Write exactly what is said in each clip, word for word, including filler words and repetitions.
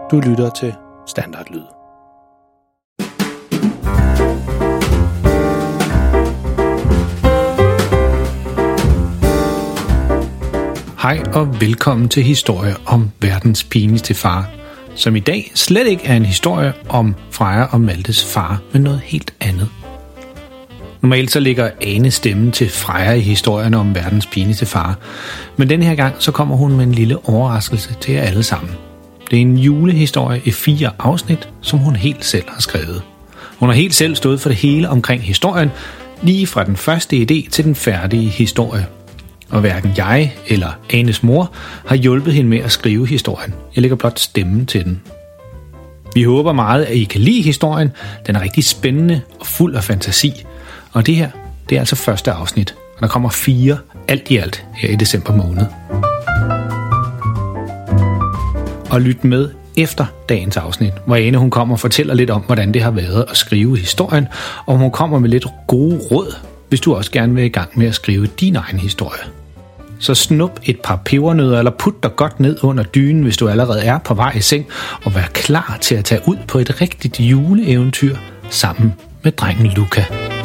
Du lytter til Standardlyd. Hej og velkommen til Historie om verdens pinligste far, som i dag slet ikke er en historie om Freja og Maltes far, men noget helt andet. Normalt så ligger Ane stemmen til Freja i historierne om verdens pinligste far, men denne her gang så kommer hun med en lille overraskelse til jer alle sammen. Det er en julehistorie i fire afsnit, som hun helt selv har skrevet. Hun har helt selv stået for det hele omkring historien, lige fra den første idé til den færdige historie. Og hverken jeg eller Anes mor har hjulpet hende med at skrive historien. Jeg lægger blot stemmen til den. Vi håber meget, at I kan lide historien. Den er rigtig spændende og fuld af fantasi. Og det her, det er altså første afsnit. Og der kommer fire alt i alt her i december måned. Og lyt med efter dagens afsnit, hvor Ane hun kommer og fortæller lidt om, hvordan det har været at skrive historien, og hun kommer med lidt gode råd, hvis du også gerne vil i gang med at skrive din egen historie. Så snup et par pebernødder eller put dig godt ned under dynen, hvis du allerede er på vej i seng, og vær klar til at tage ud på et rigtigt juleeventyr sammen med drengen Luca.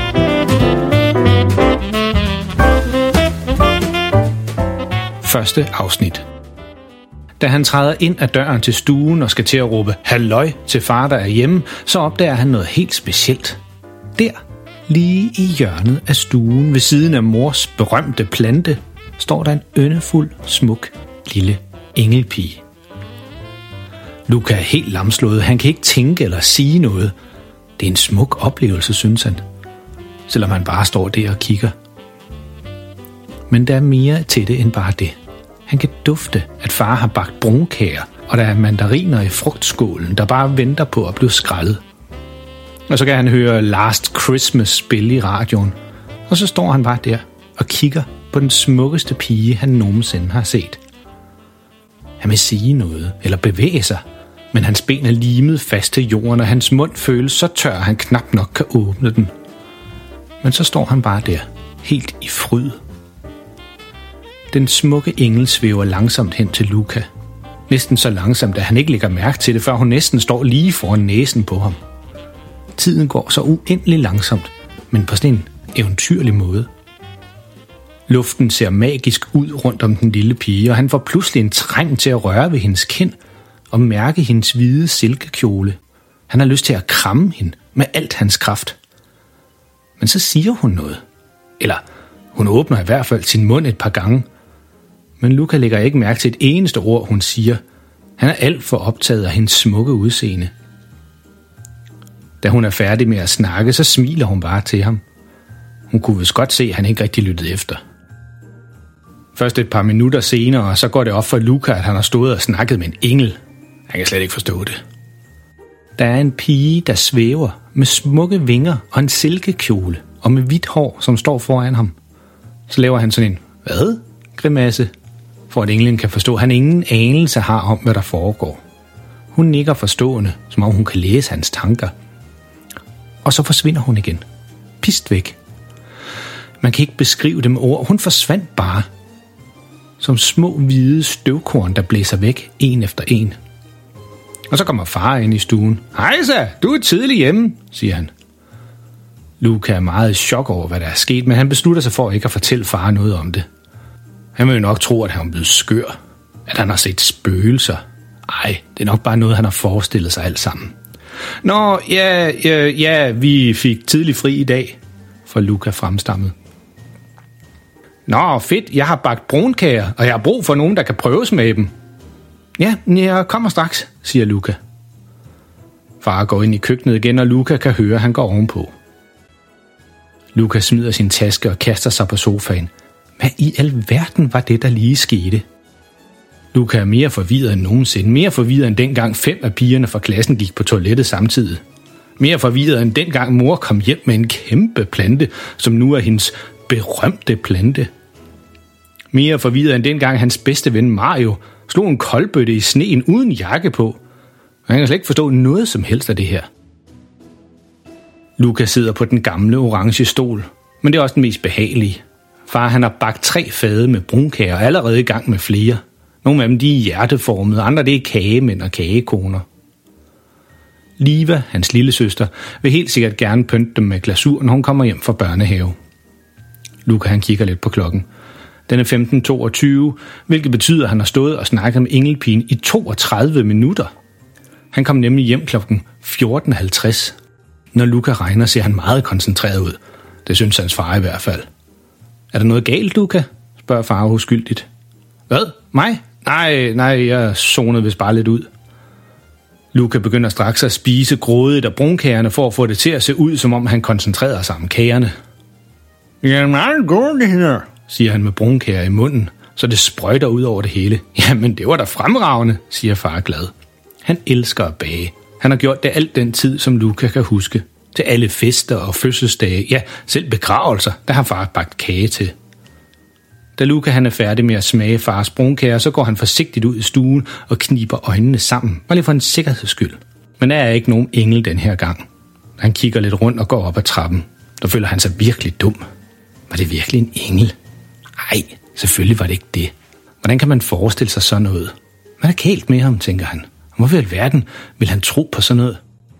Første afsnit. Da han træder ind ad døren til stuen og skal til at råbe halløj til far, der er hjemme, så opdager han noget helt specielt. Der, lige i hjørnet af stuen ved siden af mors berømte plante, står der en yndefuld, smuk, lille engelpige. Luca er helt lamslået. Han kan ikke tænke eller sige noget. Det er en smuk oplevelse, synes han, selvom han bare står der og kigger. Men der er mere til det end bare det. Han kan dufte, at far har bagt brunkager, og der er mandariner i frugtskålen, der bare venter på at blive skrællet. Og så kan han høre Last Christmas spille i radioen, og så står han bare der og kigger på den smukkeste pige, han nogensinde har set. Han vil sige noget eller bevæge sig, men hans ben er limet fast til jorden, og hans mund føles så tør, at han knap nok kan åbne den. Men så står han bare der, helt i fryd. Den smukke engel svæver langsomt hen til Luca. Næsten så langsomt, at han ikke lægger mærke til det, før hun næsten står lige foran næsen på ham. Tiden går så uendelig langsomt, men på sådan en eventyrlig måde. Luften ser magisk ud rundt om den lille pige, og han får pludselig en trang til at røre ved hendes kind og mærke hendes hvide silkekjole. Han har lyst til at kramme hende med alt hans kraft. Men så siger hun noget. Eller hun åbner i hvert fald sin mund et par gange. Men Luca lægger ikke mærke til et eneste ord, hun siger. Han er alt for optaget af hendes smukke udseende. Da hun er færdig med at snakke, så smiler hun bare til ham. Hun kunne vist godt se, at han ikke rigtig lyttede efter. Først et par minutter senere, så går det op for Luca, at han har stået og snakket med en engel. Han kan slet ikke forstå det. Der er en pige, der svæver med smukke vinger og en silkekjole og med hvidt hår, som står foran ham. Så laver han sådan en, hvad? Grimasse, for at englen kan forstå, at han ingen anelse har om, hvad der foregår. Hun nikker forstående, som om hun kan læse hans tanker. Og så forsvinder hun igen. Pist væk. Man kan ikke beskrive det med ord. Hun forsvandt bare. Som små hvide støvkorn, der blæser væk, en efter en. Og så kommer far ind i stuen. Hejsa, du er tidlig hjemme, siger han. Luca er meget i chok over, hvad der er sket, men han beslutter sig for ikke at fortælle far noget om det. Han vil jo nok tro, at han er blevet skør. At han har set spøgelser. Ej, det er nok bare noget, han har forestillet sig alt sammen. Nå, ja, ja, ja, vi fik tidlig fri i dag, får Luca fremstammet. Nå, fedt, jeg har bagt brunkager, og jeg har brug for nogen, der kan prøves med dem. Ja, jeg kommer straks, siger Luca. Far går ind i køkkenet igen, og Luca kan høre, at han går ovenpå. Luca smider sin taske og kaster sig på sofaen. Hvad i alverden var det, der lige skete? Luca er mere forvirret end nogensinde. Mere forvirret end dengang fem af pigerne fra klassen gik på toilettet samtidig. Mere forvirret end dengang mor kom hjem med en kæmpe plante, som nu er hendes berømte plante. Mere forvirret end dengang hans bedste ven Mario slog en koldbøtte i sneen uden jakke på. Han kan slet ikke forstå noget som helst af det her. Luca sidder på den gamle orange stol, men det er også den mest behagelige. Far han har bagt tre fade med brunkager og allerede i gang med flere. Nogle af dem de er hjerteformede, andre det er kagemænd og kagekoner. Liva, hans lille søster, vil helt sikkert gerne pynte dem med glasur, når hun kommer hjem fra børnehave. Luca han kigger lidt på klokken. Den er femten toogtyve, hvilket betyder, at han har stået og snakket med engelpigen i toogtredive minutter. Han kom nemlig hjem klokken fjorten halvtreds. Når Luca regner, ser han meget koncentreret ud. Det synes hans far i hvert fald. Er der noget galt, Luca? Spørger far uskyldigt. Hvad? Mig? Nej, nej, jeg zonede vist bare lidt ud. Luca begynder straks at spise grådigt af brunkagerne for at få det til at se ud, som om han koncentrerer sig om kagerne. Det er meget godt, det her, siger han med brunkager i munden, så det sprøjter ud over det hele. Jamen, det var da fremragende, siger far glad. Han elsker at bage. Han har gjort det alt den tid, som Luca kan huske. Til alle fester og fødselsdage, ja, selv begravelser, der har far bagt kage til. Da Luca han er færdig med at smage fars brunkager, så går han forsigtigt ud i stuen og kniber øjnene sammen, bare lige for en sikkerheds skyld. Men der er ikke nogen engel den her gang. Han kigger lidt rundt og går op ad trappen. Der føler han sig virkelig dum. Var det virkelig en engel? Nej, selvfølgelig var det ikke det. Hvordan kan man forestille sig sådan noget? Hvad er der galt med ham, tænker han. Hvorfor i alverden vil han tro på sådan noget?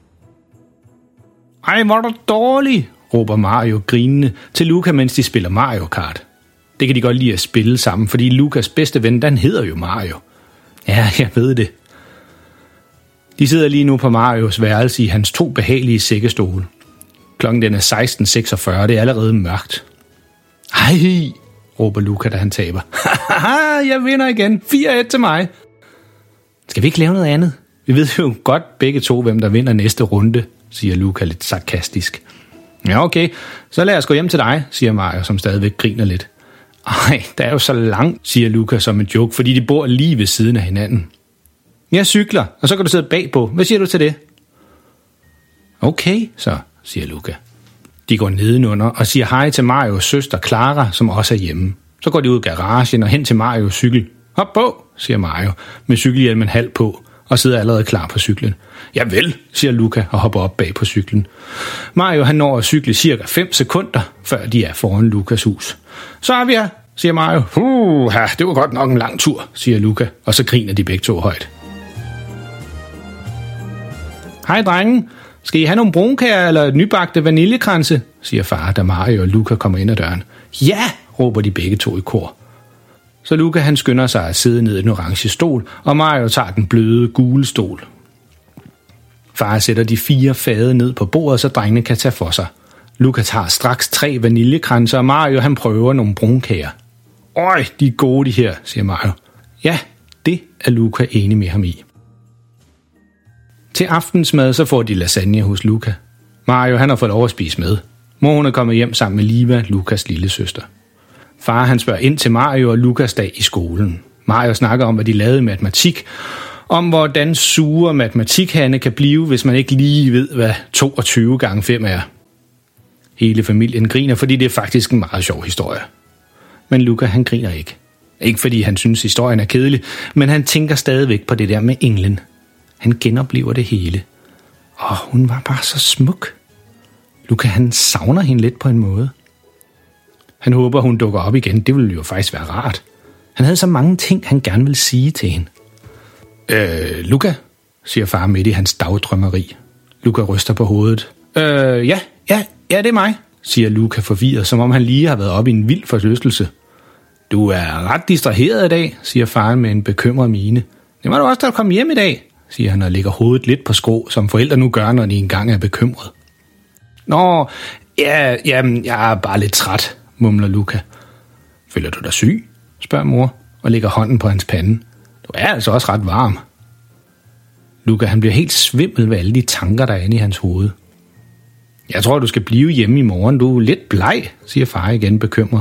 Ej, hvor er du dårlig, råber Mario grinende til Luca, mens de spiller Mario Kart. Det kan de godt lide at spille sammen, fordi Lucas bedste ven, den hedder jo Mario. Ja, jeg ved det. De sidder lige nu på Marios værelse i hans to behagelige sækkestole. Klokken den er seksten seksogfyrre, det er allerede mørkt. Ej, råber Luca, da han taber. Haha, jeg vinder igen. fire et til mig. Skal vi ikke lave noget andet? Vi ved jo godt begge to, hvem der vinder næste runde, siger Luca lidt sarkastisk. Ja, okay, så lad os gå hjem til dig, siger Mario, som stadigvæk griner lidt. Ej, der er jo så langt, siger Luca som en joke, fordi de bor lige ved siden af hinanden. Jeg cykler, og så kan du sidde bagpå. Hvad siger du til det? Okay, så, siger Luca. De går nedenunder og siger hej til Marios søster Clara, som også er hjemme. Så går de ud i garagen og hen til Marios cykel. Hop på, siger Mario, med cykelhjelmen halv på, og sidder allerede klar på cyklen. Javel, siger Luca og hopper op bag på cyklen. Mario han når at cykle cirka fem sekunder, før de er foran Lucas hus. Så er vi her, siger Mario. Uh, det var godt nok en lang tur, siger Luca, og så griner de begge to højt. Hej drenge, skal I have nogle brunkager eller nybagte vaniljekranse, siger far, da Mario og Luca kommer ind ad døren. Ja, råber de begge to i kor. Så Luca han skynder sig at sidde ned i den orange stol, og Mario tager den bløde gule stol. Far sætter de fire fade ned på bordet, så drengene kan tage for sig. Luca tager straks tre vaniljekranser, og Mario han prøver nogle brunkager. Øj, de er gode de her, siger Mario. Ja, det er Luca enig med ham i. Til aftensmad så får de lasagne hos Luca. Mario han har fået lov at spise med. Mor hun er kommet hjem sammen med Liva, Lucas lille søster. Far han spørger ind til Mario og Lucas dag i skolen. Mario snakker om, hvad de lavede i matematik, om hvordan sure matematikhande kan blive, hvis man ikke lige ved, hvad toogtyve gange fem er. Hele familien griner, fordi det er faktisk en meget sjov historie. Men Luca han griner ikke. Ikke fordi han synes, historien er kedelig, men han tænker stadigvæk på det der med englen. Han genoplever det hele. Og hun var bare så smuk. Luca han savner hende lidt på en måde. Han håber, hun dukker op igen. Det ville jo faktisk være rart. Han havde så mange ting, han gerne ville sige til hende. Øh, Luca, siger far midt i hans dagdrømmeri. Luca ryster på hovedet. Øh, ja, ja, ja, det er mig, siger Luca forvirret, som om han lige har været oppe i en vild forlystelse. Du er ret distraheret i dag, siger faren med en bekymret mine. Det var du også, da du kom hjem i dag, siger han og lægger hovedet lidt på skrå, som forældre nu gør, når de engang er bekymret. Nå, ja, jamen, jeg er bare lidt træt, mumler Luca. Føler du dig syg? Spørger mor og lægger hånden på hans pande. Du er altså også ret varm. Luca han bliver helt svimmel ved alle de tanker, der er inde i hans hoved. Jeg tror, du skal blive hjemme i morgen. Du er lidt bleg, siger far igen bekymret.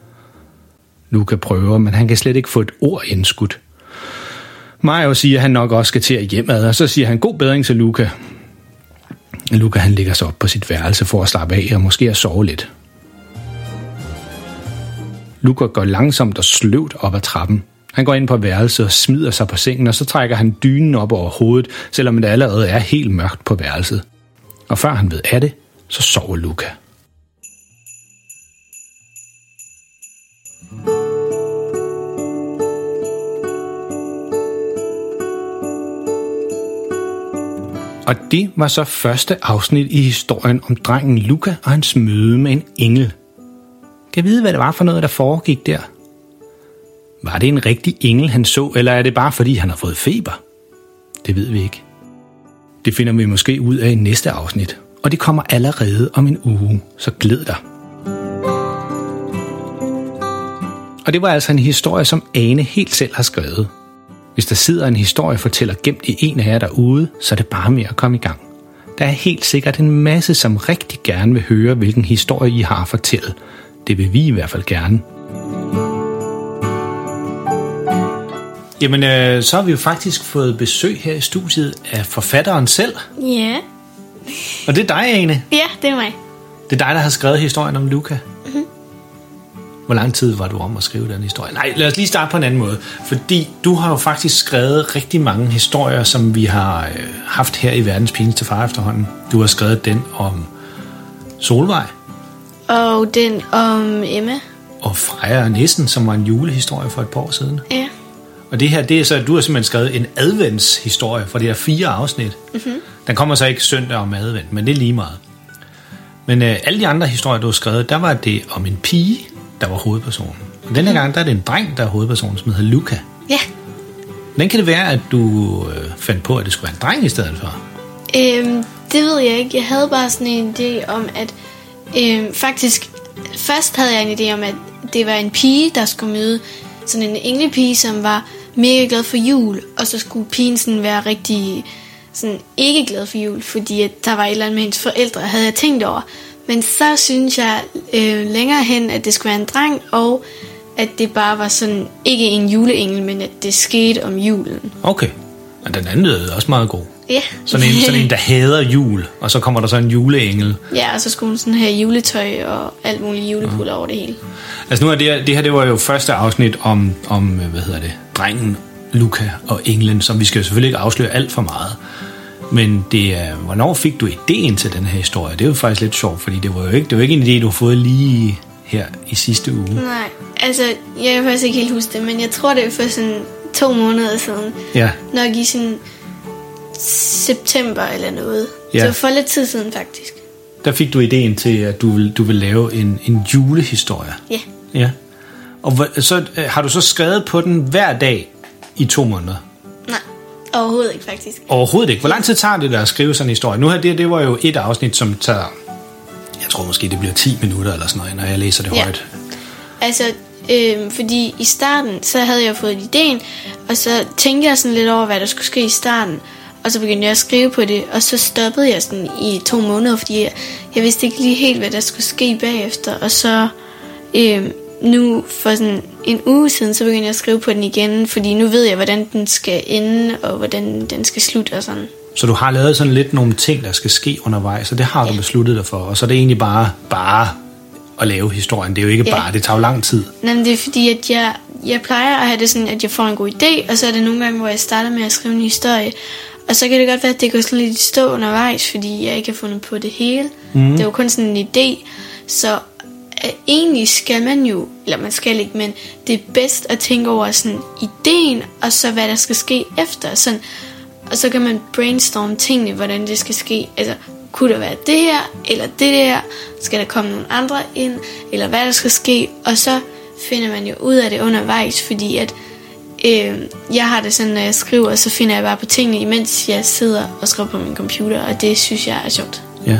Luca prøver, men han kan slet ikke få et ord indskudt. Mario siger, at han nok også skal til at hjemad, og så siger han god bedring til Luca. Luca han ligger sig op på sit værelse for at slappe af og måske at sove lidt. Luca går langsomt og sløvt op ad trappen. Han går ind på værelset og smider sig på sengen, og så trækker han dynen op over hovedet, selvom det allerede er helt mørkt på værelset. Og før han ved af det, så sover Luca. Og det var så første afsnit i historien om drengen Luca og hans møde med en engel. Kan I vide, hvad det var for noget, der foregik der? Var det en rigtig engel, han så, eller er det bare fordi, han har fået feber? Det ved vi ikke. Det finder vi måske ud af i næste afsnit, og det kommer allerede om en uge, så glæd dig. Og det var altså en historie, som Ane helt selv har skrevet. Hvis der sidder en historiefortæller gemt i en af jer derude, så er det bare med at komme i gang. Der er helt sikkert en masse, som rigtig gerne vil høre, hvilken historie I har at fortælle. Det vil vi i hvert fald gerne. Jamen, øh, så har vi jo faktisk fået besøg her i studiet af forfatteren selv. Ja. Og det er dig, Ane. Ja, det er mig. Det er dig, der har skrevet historien om Luca. Mm-hmm. Hvor lang tid var du om at skrive den historie? Nej, lad os lige starte på en anden måde. Fordi du har jo faktisk skrevet rigtig mange historier, som vi har øh, haft her i Verdens Pinligste Far efterhånden. Du har skrevet den om Solvej. Og den om Emma. Og Freja og Nissen, som var en julehistorie for et par år siden. Ja. Og det her, det er så, at du har simpelthen skrevet en adventshistorie for de her fire afsnit. Mm-hmm. Den kommer så ikke søndag om advent, men det er lige meget. Men øh, alle de andre historier, du har skrevet, der var det om en pige, der var hovedpersonen. Og denne gang, der er det en dreng, der er hovedpersonen, som hedder Luca. Ja. Hvordan kan det være, at du øh, fandt på, at det skulle være en dreng i stedet for? Øhm, det ved jeg ikke. Jeg havde bare sådan en idé om, at øhm, faktisk, først havde jeg en idé om, at det var en pige, der skulle møde sådan en englepige, som var mega glad for jul, og så skulle pigen sådan være rigtig sådan ikke glad for jul, fordi at der var et eller andet med hendes forældre, havde jeg tænkt over. Men så synes jeg øh, længere hen, at det skulle være en dreng, og at det bare var sådan, ikke en juleengel, men at det skete om julen. Okay, men den anden er også meget god. Ja. Sådan en, sådan en, der hader jul, og så kommer der så en juleengel. Ja, og så skulle hun sådan have juletøj og alt muligt julepuller over det hele. Altså nu er det, det her, det var jo første afsnit om, om, hvad hedder det, drengen Luca og englen, som vi skal jo selvfølgelig ikke afsløre alt for meget. Men det er, hvornår fik du idéen til den her historie? Det er jo faktisk lidt sjovt, fordi det var jo ikke, det var ikke en idé, du har fået lige her i sidste uge. Nej, altså jeg kan faktisk ikke helt huske det, men jeg tror det er for sådan to måneder siden. Ja. Nok i sådan september eller noget. Ja. Så for lidt tid siden faktisk. Der fik du idéen til, at du vil, du vil lave en, en julehistorie. Ja. Ja. Og så har du så skrevet på den hver dag i to måneder? Nej, overhovedet ikke faktisk. Overhovedet ikke? Hvor lang tid tager det der at skrive sådan en historie? Nu her, det, det var jo et afsnit, som tager, jeg tror måske det bliver ti minutter eller sådan noget, når jeg læser det ja. højt. Altså, øh, fordi i starten, så havde jeg fået idéen, og så tænkte jeg sådan lidt over, hvad der skulle ske i starten. Og så begyndte jeg at skrive på det, og så stoppede jeg sådan i to måneder, fordi jeg, jeg vidste ikke lige helt, hvad der skulle ske bagefter. Og så øh, nu for sådan en uge siden, så begyndte jeg at skrive på den igen, fordi nu ved jeg, hvordan den skal ende, og hvordan den skal slutte og sådan. Så du har lavet sådan lidt nogle ting, der skal ske undervejs, og det har ja. du besluttet dig for, og så er det egentlig bare, bare at lave historien. Det er jo ikke ja. bare, det tager jo lang tid. Nej, men det er fordi, at jeg, jeg plejer at have det sådan, at jeg får en god idé, og så er det nogle gange, hvor jeg starter med at skrive en historie, og så kan det godt være, at det går sådan lidt i stå undervejs, fordi jeg ikke har fundet på det hele. Mm. Det er jo kun sådan en idé. Så uh, egentlig skal man jo, eller man skal ikke, men det er bedst at tænke over sådan ideen, og så hvad der skal ske efter. Sådan, og så kan man brainstorme tingene, hvordan det skal ske. Altså, kunne der være det her, eller det der? Skal der komme nogle andre ind, eller hvad der skal ske? Og så finder man jo ud af det undervejs, fordi at Øh, jeg har det sådan, når jeg skriver, så finder jeg bare på tingene, imens jeg sidder og skriver på min computer, og det synes jeg er sjovt. Ja.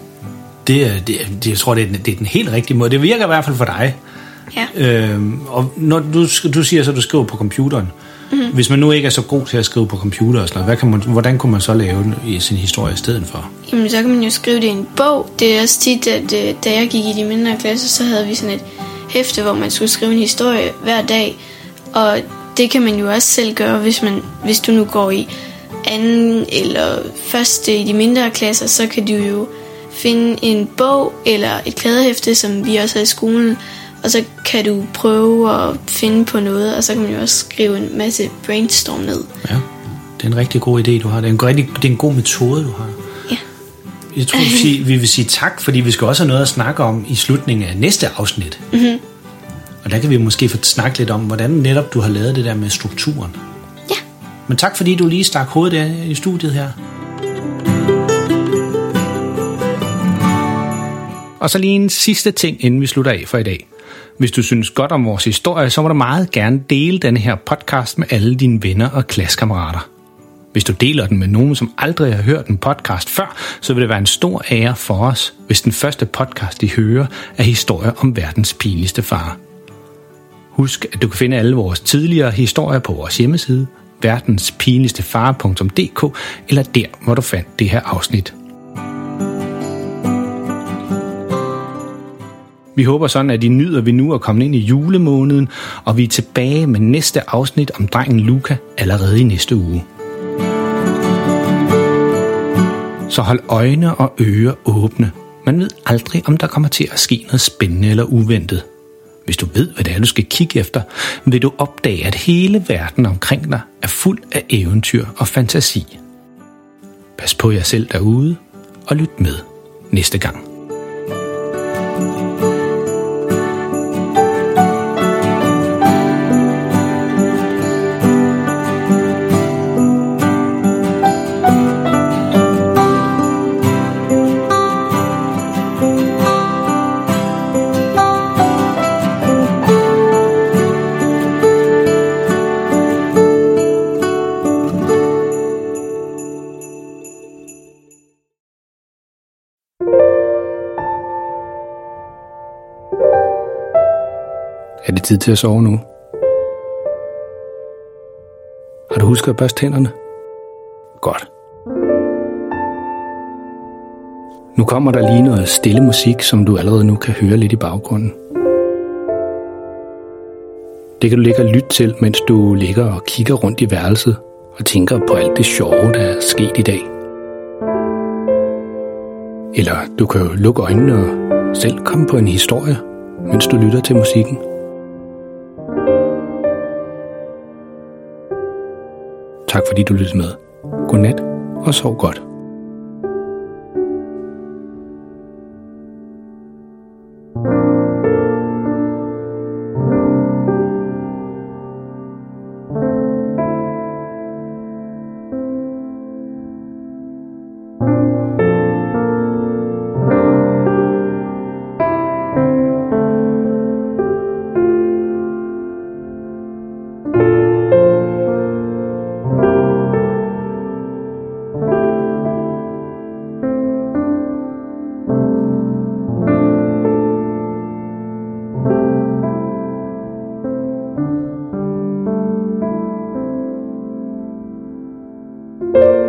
Det, det, det, jeg tror, det er, den, det er den helt rigtige måde. Det virker i hvert fald for dig. Ja. Øh, og når du, du siger så, at du skriver på computeren. Mm-hmm. Hvis man nu ikke er så god til at skrive på computer og sådan noget, hvad kan man, hvordan kunne man så lave i sin historie i stedet for? Jamen, så kan man jo skrive det i en bog. Det er også tit, at da jeg gik i de mindre klasser, så havde vi sådan et hæfte, hvor man skulle skrive en historie hver dag, og det kan man jo også selv gøre, hvis, man, hvis du nu går i anden eller første i de mindre klasser, så kan du jo finde en bog eller et kladehæfte, som vi også har i skolen, og så kan du prøve at finde på noget, og så kan man jo også skrive en masse brainstorm ned. Ja, det er en rigtig god idé, du har. Det er en, rigtig, det er en god metode, du har. Ja. Jeg tror, vi, sige, vi vil sige tak, fordi vi skal også have noget at snakke om i slutningen af næste afsnit. Mm-hmm. Og der kan vi måske få snakke lidt om, hvordan netop du har lavet det der med strukturen. Ja. Men tak fordi du lige stak hovedet i studiet her. Og så lige en sidste ting, inden vi slutter af for i dag. Hvis du synes godt om vores historie, så må du meget gerne dele denne her podcast med alle dine venner og klassekammerater. Hvis du deler den med nogen, som aldrig har hørt en podcast før, så vil det være en stor ære for os, hvis den første podcast, de hører, er historier om verdens pinligste far. Husk, at du kan finde alle vores tidligere historier på vores hjemmeside, verdenspinligstefar punktum d k, eller der, hvor du fandt det her afsnit. Vi håber sådan, at I nyder, at vi nu er kommet ind i julemåneden, og vi er tilbage med næste afsnit om drengen Luca allerede i næste uge. Så hold øjne og ører åbne. Man ved aldrig, om der kommer til at ske noget spændende eller uventet. Hvis du ved, hvad det er, du skal kigge efter, vil du opdage, at hele verden omkring dig er fuld af eventyr og fantasi. Pas på jer selv derude, og lyt med næste gang. Er det tid til at sove nu? Har du husket at børste tænderne? Godt. Nu kommer der lige noget stille musik, som du allerede nu kan høre lidt i baggrunden. Det kan du ligge og lytte til, mens du ligger og kigger rundt i værelset og tænker på alt det sjove, der er sket i dag. Eller du kan jo lukke øjnene og selv komme på en historie, mens du lytter til musikken. Tak fordi du lyttede med. Godnat og sov godt. you